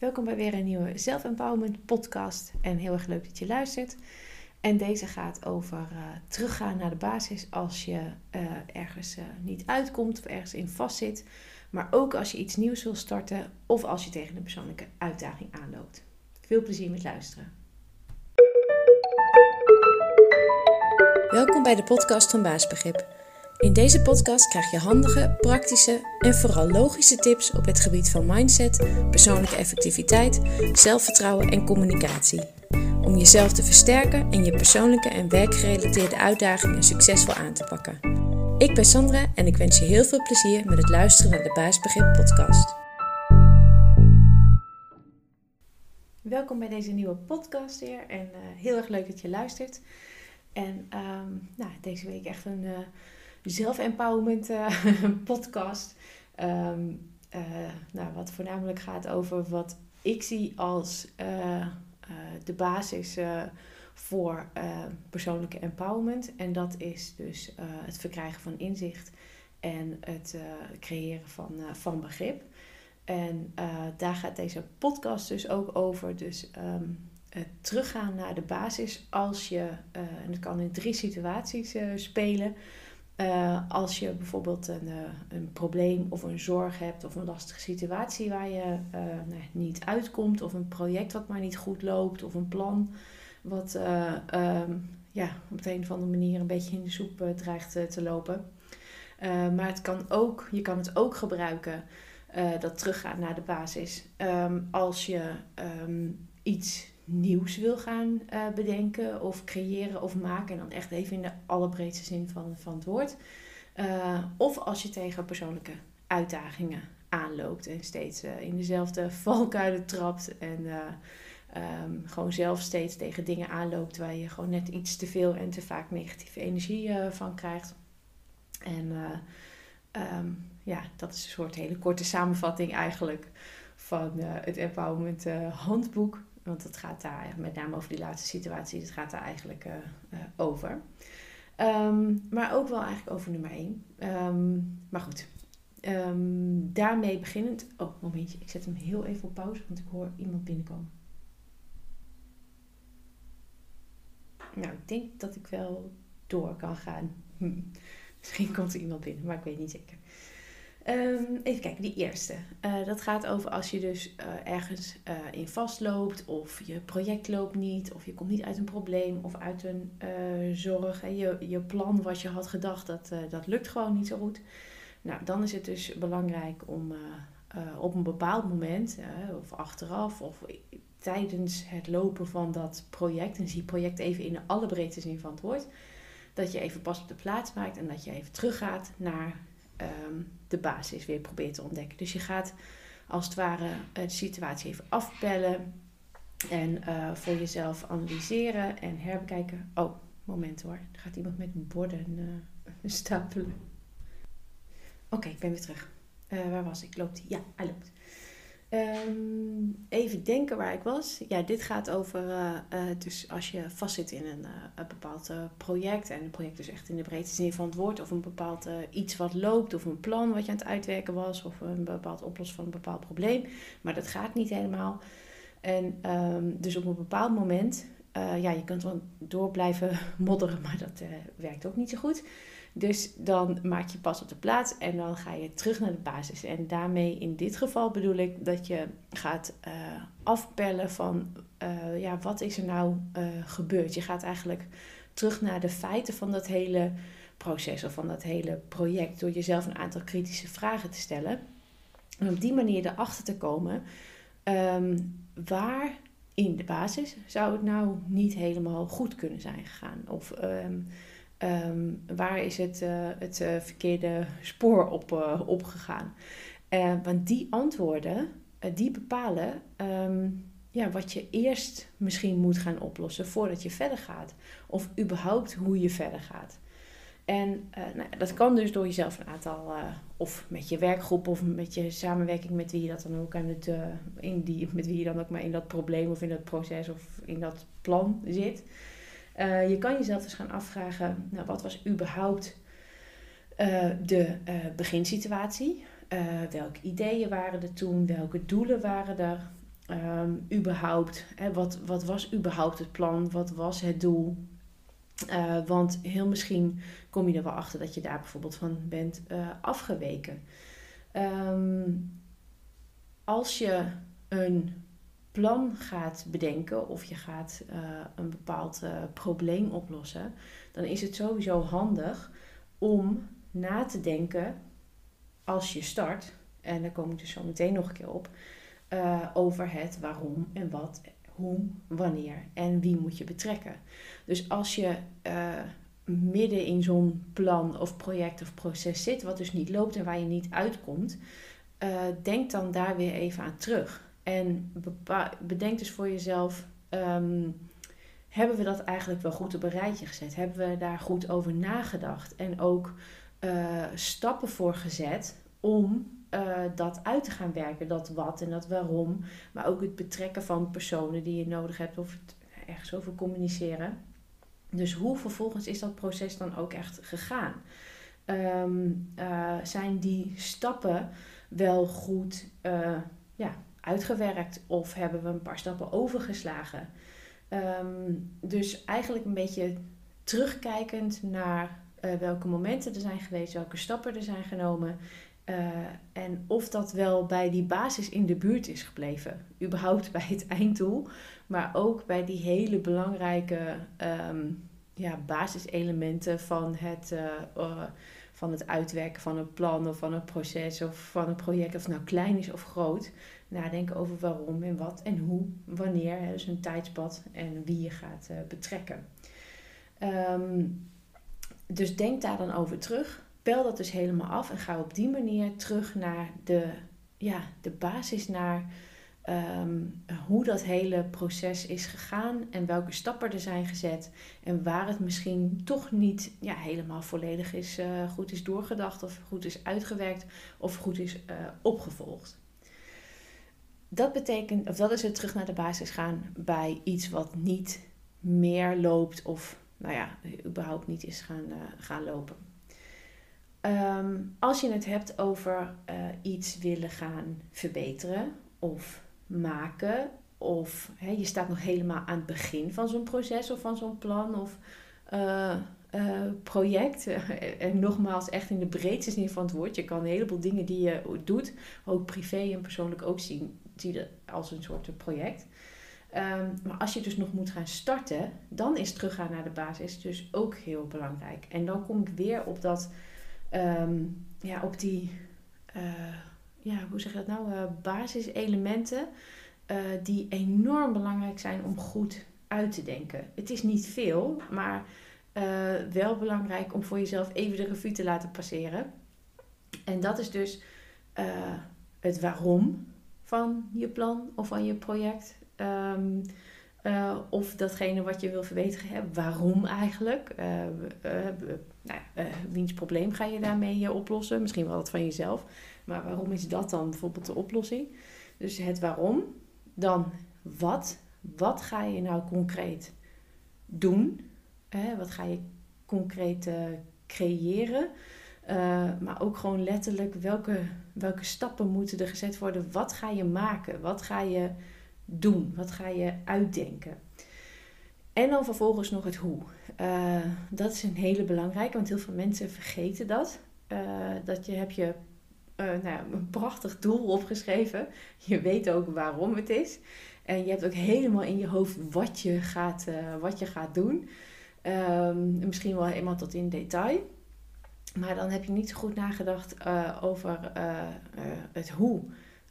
Welkom bij weer een nieuwe Self-Empowerment podcast en heel erg leuk dat je luistert. En deze gaat over teruggaan naar de basis als je ergens niet uitkomt of ergens in vastzit. Maar ook als je iets nieuws wil starten of als je tegen een persoonlijke uitdaging aanloopt. Veel plezier met luisteren. Welkom bij de podcast van Baasbegrip. In deze podcast krijg je handige, praktische en vooral logische tips op het gebied van mindset, persoonlijke effectiviteit, zelfvertrouwen en communicatie. Om jezelf te versterken en je persoonlijke en werkgerelateerde uitdagingen succesvol aan te pakken. Ik ben Sandra en ik wens je heel veel plezier met het luisteren naar de Baasbegrip podcast. Welkom bij deze nieuwe podcast weer en heel erg leuk dat je luistert. En deze week echt een zelf-empowerment podcast. Wat voornamelijk gaat over wat ik zie als de basis voor persoonlijke empowerment. En dat is dus het verkrijgen van inzicht en het creëren van begrip. En daar gaat deze podcast dus ook over. Dus teruggaan naar de basis als je, en dat kan in 3 situaties spelen. Als je bijvoorbeeld een probleem of een zorg hebt of een lastige situatie waar je niet uitkomt, of een project wat maar niet goed loopt, of een plan wat op de een of andere manier een beetje in de soep dreigt te lopen. Maar je kan het ook gebruiken, dat teruggaan naar de basis, als je iets nieuws wil gaan bedenken of creëren of maken. En dan echt even in de allerbreedste zin van het woord. Of als je tegen persoonlijke uitdagingen aanloopt en steeds in dezelfde valkuilen trapt. En gewoon zelf steeds tegen dingen aanloopt waar je gewoon net iets te veel en te vaak negatieve energie van krijgt. En dat is een soort hele korte samenvatting eigenlijk van het Empowerment handboek. Want het gaat daar, met name over die laatste situatie, het gaat daar eigenlijk over. Maar ook wel eigenlijk over nummer 1. Maar goed, daarmee beginnend. Oh, momentje, ik zet hem heel even op pauze, want ik hoor iemand binnenkomen. Nou, ik denk dat ik wel door kan gaan. Misschien komt er iemand binnen, maar ik weet niet zeker. Even kijken, die eerste. Dat gaat over als je dus ergens in vastloopt, of je project loopt niet, of je komt niet uit een probleem of uit een zorg. Je plan wat je had gedacht, dat lukt gewoon niet zo goed. Nou, dan is het dus belangrijk om op een bepaald moment, of achteraf, of tijdens het lopen van dat project, en zie project even in de allerbreedste zin van het woord, dat je even pas op de plaats maakt en dat je even teruggaat naar de basis weer probeert te ontdekken. Dus je gaat als het ware de situatie even afpellen en voor jezelf analyseren en herbekijken. Oh, moment hoor. Er gaat iemand met borden stapelen. Oké, ik ben weer terug. Waar was ik? Loopt hij? Ja, hij loopt. Even denken waar ik was. Ja, dit gaat over dus als je vastzit in een bepaald project. En een project dus echt in de breedste zin van het woord. Of een bepaald iets wat loopt. Of een plan wat je aan het uitwerken was. Of een bepaald oplossen van een bepaald probleem. Maar dat gaat niet helemaal. En dus op een bepaald moment. Je kunt wel door blijven modderen. Maar dat werkt ook niet zo goed. Dus dan maak je pas op de plaats en dan ga je terug naar de basis. En daarmee in dit geval bedoel ik dat je gaat afpellen van wat is er nou gebeurd. Je gaat eigenlijk terug naar de feiten van dat hele proces of van dat hele project. Door jezelf een aantal kritische vragen te stellen. En op die manier erachter te komen waar in de basis zou het nou niet helemaal goed kunnen zijn gegaan. Of waar is het verkeerde spoor op gegaan? Want die antwoorden, die bepalen wat je eerst misschien moet gaan oplossen voordat je verder gaat. Of überhaupt hoe je verder gaat. En dat kan dus door jezelf een aantal, of met je werkgroep of met je samenwerking met wie je dat dan ook met wie je dan ook maar in dat probleem of in dat proces of in dat plan zit. Je kan jezelf dus gaan afvragen, wat was überhaupt de beginsituatie? Welke ideeën waren er toen? Welke doelen waren er? überhaupt, wat was überhaupt het plan? Wat was het doel? Want heel misschien kom je er wel achter dat je daar bijvoorbeeld van bent afgeweken. Als je een plan gaat bedenken of je gaat een bepaald probleem oplossen, dan is het sowieso handig om na te denken als je start, en daar kom ik dus zo meteen nog een keer op, over het waarom en wat, hoe, wanneer en wie moet je betrekken. Dus als je midden in zo'n plan of project of proces zit, wat dus niet loopt en waar je niet uitkomt, denk dan daar weer even aan terug. En bedenk dus voor jezelf, hebben we dat eigenlijk wel goed op een rijtje gezet? Hebben we daar goed over nagedacht? En ook stappen voor gezet om dat uit te gaan werken. Dat wat en dat waarom. Maar ook het betrekken van personen die je nodig hebt of het ergens over communiceren. Dus hoe vervolgens is dat proces dan ook echt gegaan? Zijn die stappen wel goed uitgewerkt of hebben we een paar stappen overgeslagen? Dus eigenlijk een beetje terugkijkend naar welke momenten er zijn geweest, welke stappen er zijn genomen en of dat wel bij die basis in de buurt is gebleven. Überhaupt bij het einddoel, maar ook bij die hele belangrijke basiselementen van het uitwerken van een plan of van een proces of van een project, of het nou klein is of groot. Nadenken over waarom en wat en hoe, wanneer, dus een tijdspad en wie je gaat betrekken. Dus denk daar dan over terug. Pel dat dus helemaal af en ga op die manier terug naar de basis, naar hoe dat hele proces is gegaan en welke stappen er zijn gezet en waar het misschien toch niet helemaal volledig goed is doorgedacht of goed is uitgewerkt of goed is opgevolgd. Dat betekent, of dat is het terug naar de basis gaan bij iets wat niet meer loopt of überhaupt niet is gaan lopen. Als je het hebt over iets willen gaan verbeteren of maken, of je staat nog helemaal aan het begin van zo'n proces of van zo'n plan of project. En nogmaals, echt in de breedste zin van het woord. Je kan een heleboel dingen die je doet, ook privé en persoonlijk ook zien als een soort project. Maar als je dus nog moet gaan starten, dan is teruggaan naar de basis dus ook heel belangrijk. En dan kom ik weer op dat, op die, hoe zeg je dat nou, basiselementen die enorm belangrijk zijn om goed uit te denken. Het is niet veel, maar wel belangrijk om voor jezelf even de revue te laten passeren. En dat is dus het waarom van je plan of van je project. Of datgene wat je wil verbeteren. Waarom eigenlijk? Wiens probleem ga je daarmee oplossen? Misschien wel dat van jezelf. Maar waarom is dat dan bijvoorbeeld de oplossing? Dus het waarom. Dan wat. Wat ga je nou concreet doen? Wat ga je concreet creëren? Maar ook gewoon letterlijk welke stappen moeten er gezet worden? Wat ga je maken? Wat ga je doen? Wat ga je uitdenken? En dan vervolgens nog het hoe. Dat is een hele belangrijke, want heel veel mensen vergeten dat. Heb je een prachtig doel opgeschreven. Je weet ook waarom het is. En je hebt ook helemaal in je hoofd wat je gaat doen. Misschien wel helemaal tot in detail. Maar dan heb je niet zo goed nagedacht over het hoe.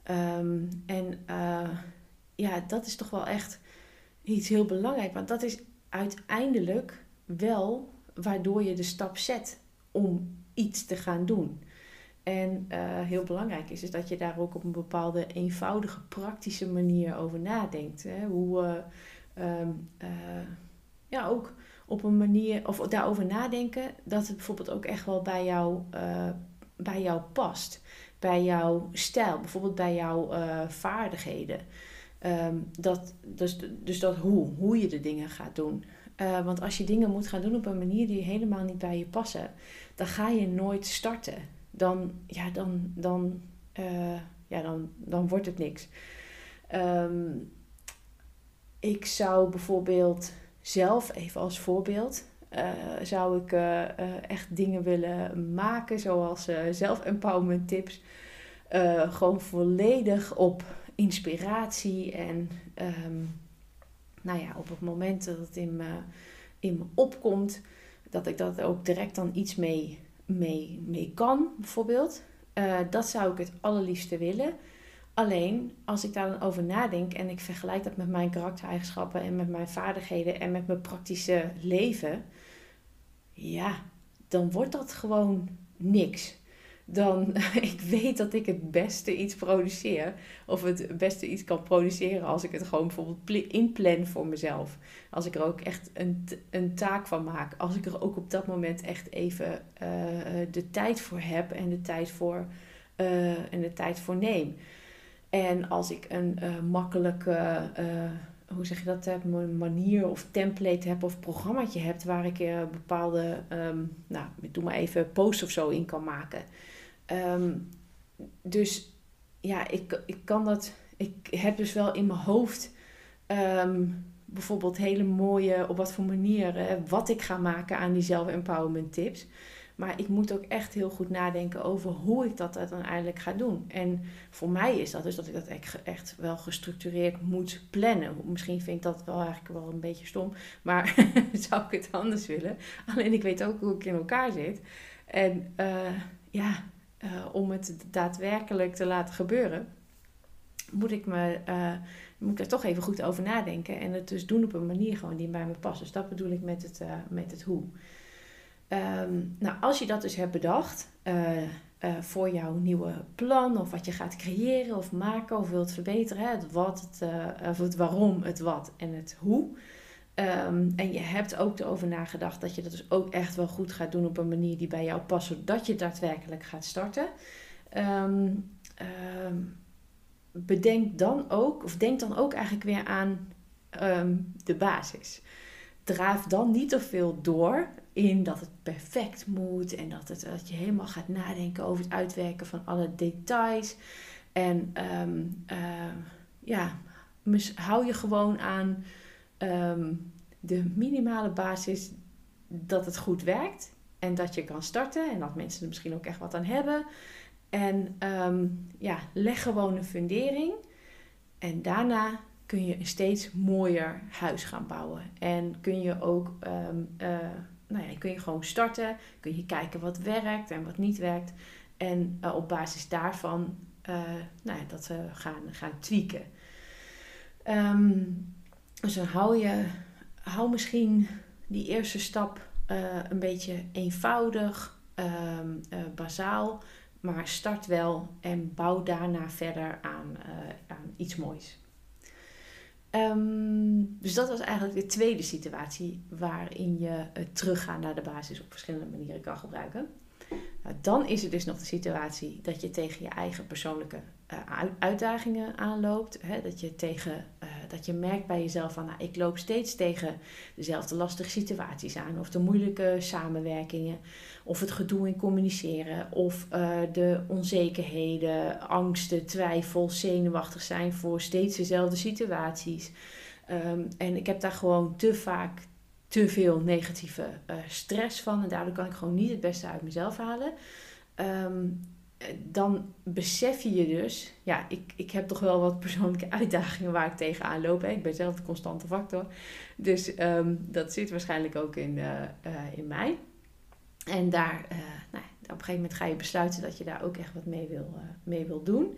Dat is toch wel echt iets heel belangrijk. Want dat is uiteindelijk wel waardoor je de stap zet om iets te gaan doen. En heel belangrijk is dat je daar ook op een bepaalde eenvoudige, praktische manier over nadenkt. Hè? Ook op een manier, of daarover nadenken, dat het bijvoorbeeld ook echt wel bij jou past. Bij jouw stijl, bijvoorbeeld bij jouw vaardigheden. Dus dat hoe je de dingen gaat doen. Want als je dingen moet gaan doen op een manier die helemaal niet bij je passen, dan ga je nooit starten. Dan wordt het niks. Ik zou bijvoorbeeld zelf, even als voorbeeld, zou ik echt dingen willen maken, zoals zelf-empowerment tips. Gewoon volledig op inspiratie en op het moment dat het in me opkomt, dat ik dat ook direct dan iets mee kan, bijvoorbeeld. Dat zou ik het allerliefste willen. Alleen, als ik daar dan over nadenk en ik vergelijk dat met mijn karaktereigenschappen en met mijn vaardigheden en met mijn praktische leven, ja, dan wordt dat gewoon niks. Dan, ik weet dat ik het beste iets produceer. Of het beste iets kan produceren als ik het gewoon bijvoorbeeld inplan voor mezelf. Als ik er ook echt een taak van maak. Als ik er ook op dat moment echt even de tijd voor heb en de tijd voor neem. En als ik een makkelijke, hoe zeg je dat, manier of template heb of programmaatje heb waar ik bepaalde, doe maar even posts of zo in kan maken. Dus ja, ik kan dat, ik heb dus wel in mijn hoofd bijvoorbeeld hele mooie, op wat voor manier, wat ik ga maken aan die zelf-empowerment tips. Maar ik moet ook echt heel goed nadenken over hoe ik dat uiteindelijk ga doen. En voor mij is dat dus dat ik dat echt wel gestructureerd moet plannen. Misschien vind ik dat wel eigenlijk wel een beetje stom. Maar zou ik het anders willen? Alleen ik weet ook hoe ik in elkaar zit. En om het daadwerkelijk te laten gebeuren, moet ik er toch even goed over nadenken. En het dus doen op een manier gewoon die bij me past. Dus dat bedoel ik met het hoe. Als je dat dus hebt bedacht voor jouw nieuwe plan of wat je gaat creëren of maken of wilt verbeteren, het wat, het waarom, het wat en het hoe. En je hebt ook erover nagedacht dat je dat dus ook echt wel goed gaat doen op een manier die bij jou past, zodat je daadwerkelijk gaat starten. Denk dan ook eigenlijk weer aan de basis. Draaf dan niet te veel door in dat het perfect moet en dat je helemaal gaat nadenken over het uitwerken van alle details. En hou je gewoon aan de minimale basis dat het goed werkt en dat je kan starten en dat mensen er misschien ook echt wat aan hebben. En leg gewoon een fundering en daarna kun je een steeds mooier huis gaan bouwen. En kun je ook kun je gewoon starten. Kun je kijken wat werkt en wat niet werkt. En op basis daarvan dat gaan tweaken. Dus dan hou misschien die eerste stap een beetje eenvoudig, bazaal. Maar start wel en bouw daarna verder aan iets moois. Dus dat was eigenlijk de tweede situatie waarin je teruggaan naar de basis op verschillende manieren kan gebruiken. Dan is er dus nog de situatie dat je tegen je eigen persoonlijke uitdagingen aanloopt. Hè? Dat je merkt bij jezelf van, ik loop steeds tegen dezelfde lastige situaties aan. Of de moeilijke samenwerkingen. Of het gedoe in communiceren. Of de onzekerheden, angsten, twijfels, zenuwachtig zijn voor steeds dezelfde situaties. En ik heb daar gewoon te vaak te veel negatieve stress van. En daardoor kan ik gewoon niet het beste uit mezelf halen. Dan besef je dus, ik heb toch wel wat persoonlijke uitdagingen waar ik tegenaan loop. Hè. Ik ben zelf de constante factor. Dus dat zit waarschijnlijk ook in mij. En daar, op een gegeven moment ga je besluiten dat je daar ook echt wat mee wil doen.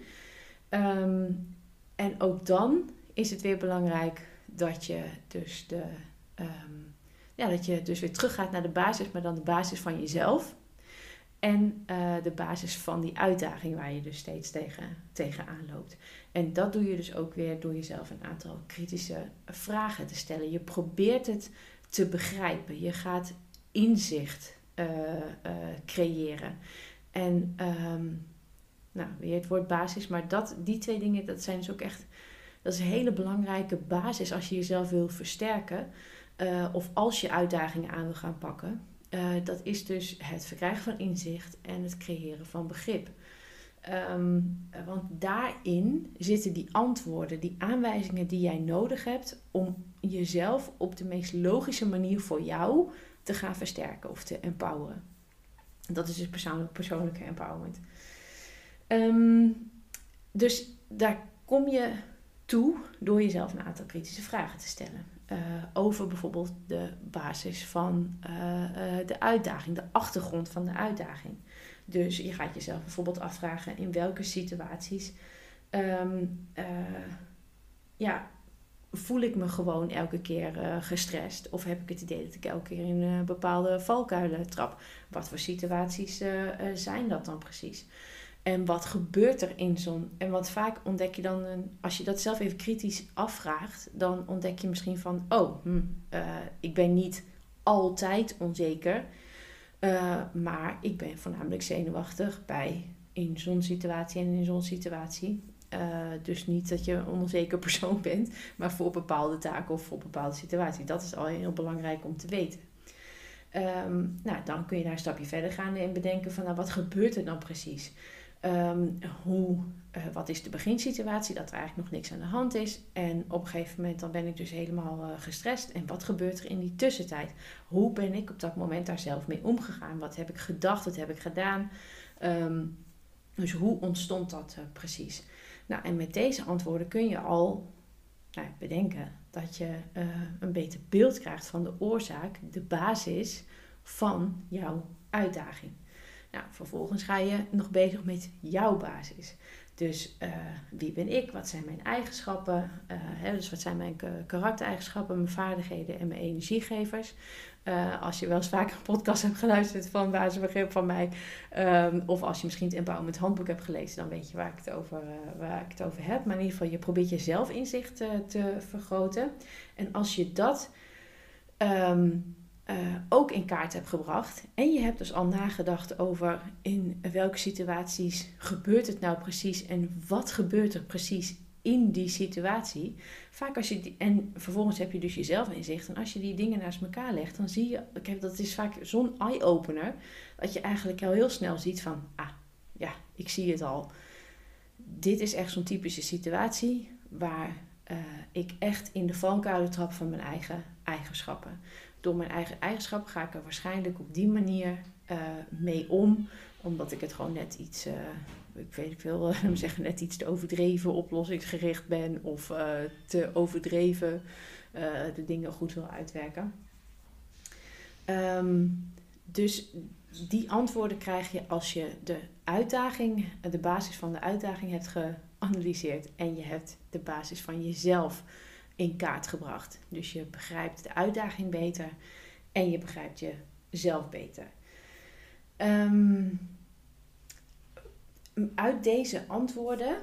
En ook dan is het weer belangrijk dat je dus dat je dus weer teruggaat naar de basis, maar dan de basis van jezelf. En de basis van die uitdaging waar je dus steeds tegenaan loopt. En dat doe je dus ook weer door jezelf een aantal kritische vragen te stellen. Je probeert het te begrijpen. Je gaat inzicht creëren. En weer het woord basis, maar die twee dingen, dat zijn dus ook echt, dat is een hele belangrijke basis als je jezelf wil versterken. Of als je uitdagingen aan wil gaan pakken. Dat is dus het verkrijgen van inzicht en het creëren van begrip. Want daarin zitten die antwoorden, die aanwijzingen die jij nodig hebt om jezelf op de meest logische manier voor jou te gaan versterken of te empoweren. Dat is dus persoonlijke empowerment. Dus daar kom je toe door jezelf een aantal kritische vragen te stellen. Over bijvoorbeeld de basis van de uitdaging, de achtergrond van de uitdaging. Dus je gaat jezelf bijvoorbeeld afvragen in welke situaties voel ik me gewoon elke keer gestrest? Of heb ik het idee dat ik elke keer in bepaalde valkuilen trap? Wat voor situaties zijn dat dan precies? En wat gebeurt er in zo'n... En wat vaak ontdek je dan... Als je dat zelf even kritisch afvraagt, dan ontdek je misschien van... ik ben niet altijd onzeker. Maar ik ben voornamelijk zenuwachtig in zo'n situatie en in zo'n situatie. Dus niet dat je een onzeker persoon bent, maar voor bepaalde taken of voor bepaalde situaties. Dat is al heel belangrijk om te weten. Dan kun je daar een stapje verder gaan en bedenken van wat gebeurt er dan precies? Wat is de beginsituatie, dat er eigenlijk nog niks aan de hand is. En op een gegeven moment dan ben ik dus helemaal gestrest. En wat gebeurt er in die tussentijd? Hoe ben ik op dat moment daar zelf mee omgegaan? Wat heb ik gedacht? Wat heb ik gedaan? Dus hoe ontstond dat precies? Nou, en met deze antwoorden kun je al bedenken dat je een beter beeld krijgt van de oorzaak, de basis van jouw uitdaging. Nou, vervolgens ga je nog bezig met jouw basis. Dus wie ben ik? Wat zijn mijn eigenschappen? Dus wat zijn mijn karaktereigenschappen, mijn vaardigheden en mijn energiegevers? Als je wel eens vaker een podcast hebt geluisterd van basisbegrip van mij. Of als je misschien het Empowerment Handboek hebt gelezen, dan weet je waar ik het over heb. Maar in ieder geval, je probeert je zelfinzicht te vergroten. En als je dat ook in kaart hebt gebracht. En je hebt dus al nagedacht over in welke situaties gebeurt het nou precies. En wat gebeurt er precies in die situatie. Vaak en vervolgens heb je dus je zelfinzicht. En als je die dingen naast elkaar legt, dan zie je, dat is vaak zo'n eye-opener, dat je eigenlijk al heel snel ziet van, ik zie het al. Dit is echt zo'n typische situatie waar ik echt in de valkuilen trap van mijn eigen eigenschappen. Door mijn eigen eigenschappen ga ik er waarschijnlijk op die manier mee om. Omdat ik het gewoon net iets, net iets te overdreven oplossingsgericht ben. Of te overdreven de dingen goed wil uitwerken. Dus die antwoorden krijg je als je de basis van de uitdaging hebt geanalyseerd. En je hebt de basis van jezelf in kaart gebracht. Dus je begrijpt de uitdaging beter en je begrijpt jezelf beter. Uit deze antwoorden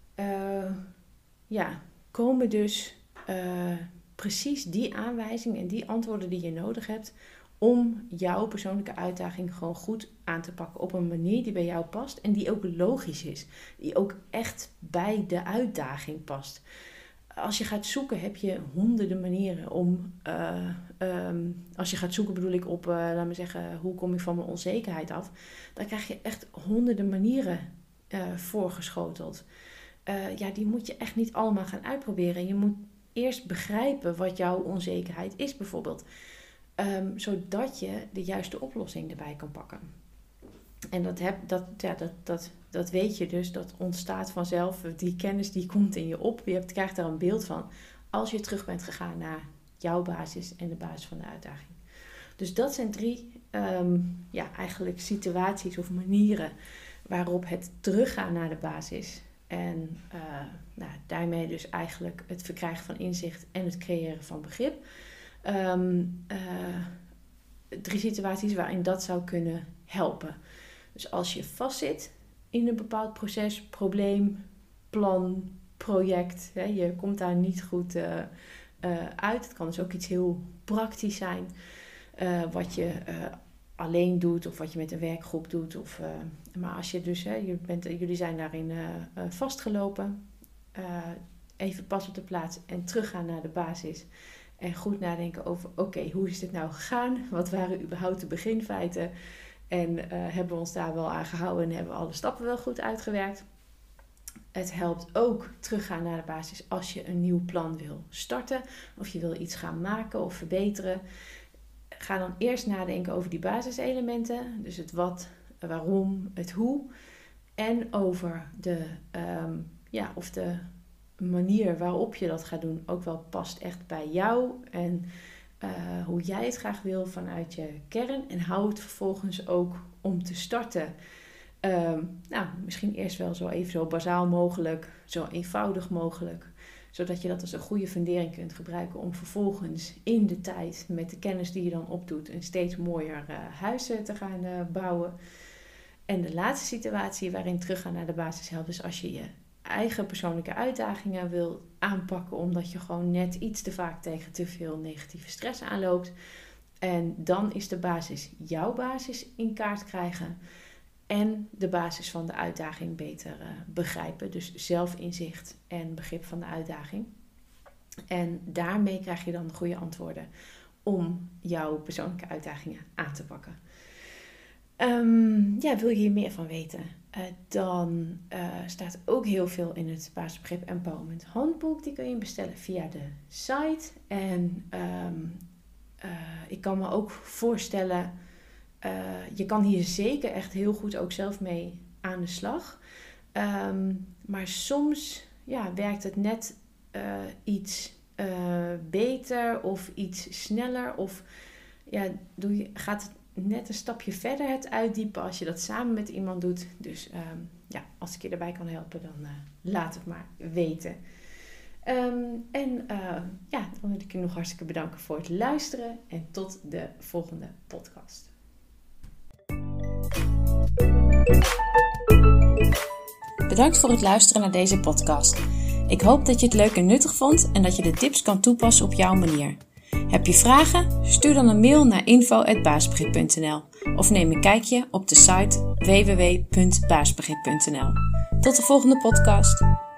komen dus precies die aanwijzingen en die antwoorden die je nodig hebt om jouw persoonlijke uitdaging gewoon goed aan te pakken op een manier die bij jou past en die ook logisch is. Die ook echt bij de uitdaging past. Als je gaat zoeken, heb je honderden manieren om... als je gaat zoeken bedoel ik op, laat me zeggen, hoe kom ik van mijn onzekerheid af? Dan krijg je echt honderden manieren voorgeschoteld. Die moet je echt niet allemaal gaan uitproberen. Je moet eerst begrijpen wat jouw onzekerheid is bijvoorbeeld. Zodat je de juiste oplossing erbij kan pakken. En dat weet je dus, dat ontstaat vanzelf. Die kennis die komt in je op. Je krijgt daar een beeld van als je terug bent gegaan naar jouw basis en de basis van de uitdaging. Dus dat zijn 3 eigenlijk situaties of manieren waarop het teruggaan naar de basis en daarmee dus eigenlijk het verkrijgen van inzicht en het creëren van begrip. 3 situaties waarin dat zou kunnen helpen. Dus als je vastzit in een bepaald proces, probleem, plan, project, je komt daar niet goed uit. Het kan dus ook iets heel praktisch zijn, wat je alleen doet of wat je met een werkgroep doet. Maar als je dus, jullie zijn daarin vastgelopen, even pas op de plaats en teruggaan naar de basis. En goed nadenken over, hoe is dit nou gegaan? Wat waren überhaupt de beginfeiten? En hebben we ons daar wel aan gehouden en hebben we alle stappen wel goed uitgewerkt. Het helpt ook teruggaan naar de basis als je een nieuw plan wil starten. Of je wil iets gaan maken of verbeteren. Ga dan eerst nadenken over die basiselementen. Dus het wat, waarom, het hoe. En over of de manier waarop je dat gaat doen ook wel past echt bij jou. En hoe jij het graag wil vanuit je kern. En hou het vervolgens ook om te starten. Misschien eerst wel zo bazaal mogelijk, zo eenvoudig mogelijk. Zodat je dat als een goede fundering kunt gebruiken om vervolgens in de tijd met de kennis die je dan opdoet een steeds mooier huis te gaan bouwen. En de laatste situatie waarin teruggaan naar de basis helpt is als je je eigen persoonlijke uitdagingen wil aanpakken omdat je gewoon net iets te vaak tegen te veel negatieve stress aanloopt. En dan is de basis jouw basis in kaart krijgen. En de basis van de uitdaging beter begrijpen. Dus zelfinzicht en begrip van de uitdaging. En daarmee krijg je dan de goede antwoorden om jouw persoonlijke uitdagingen aan te pakken. Wil je hier meer van weten? Dan staat ook heel veel in het basisbegrip Empowerment Handboek. Die kun je bestellen via de site. En ik kan me ook voorstellen... je kan hier zeker echt heel goed ook zelf mee aan de slag. Maar soms werkt het net iets beter of iets sneller. Of gaat het net een stapje verder het uitdiepen als je dat samen met iemand doet. Dus als ik je daarbij kan helpen, dan laat het maar weten. Dan wil ik je nog hartstikke bedanken voor het luisteren. En tot de volgende podcast. Bedankt voor het luisteren naar deze podcast. Ik hoop dat je het leuk en nuttig vond en dat je de tips kan toepassen op jouw manier. Heb je vragen? Stuur dan een mail naar info@basisbegrip.nl of neem een kijkje op de site www.basisbegrip.nl. Tot de volgende podcast.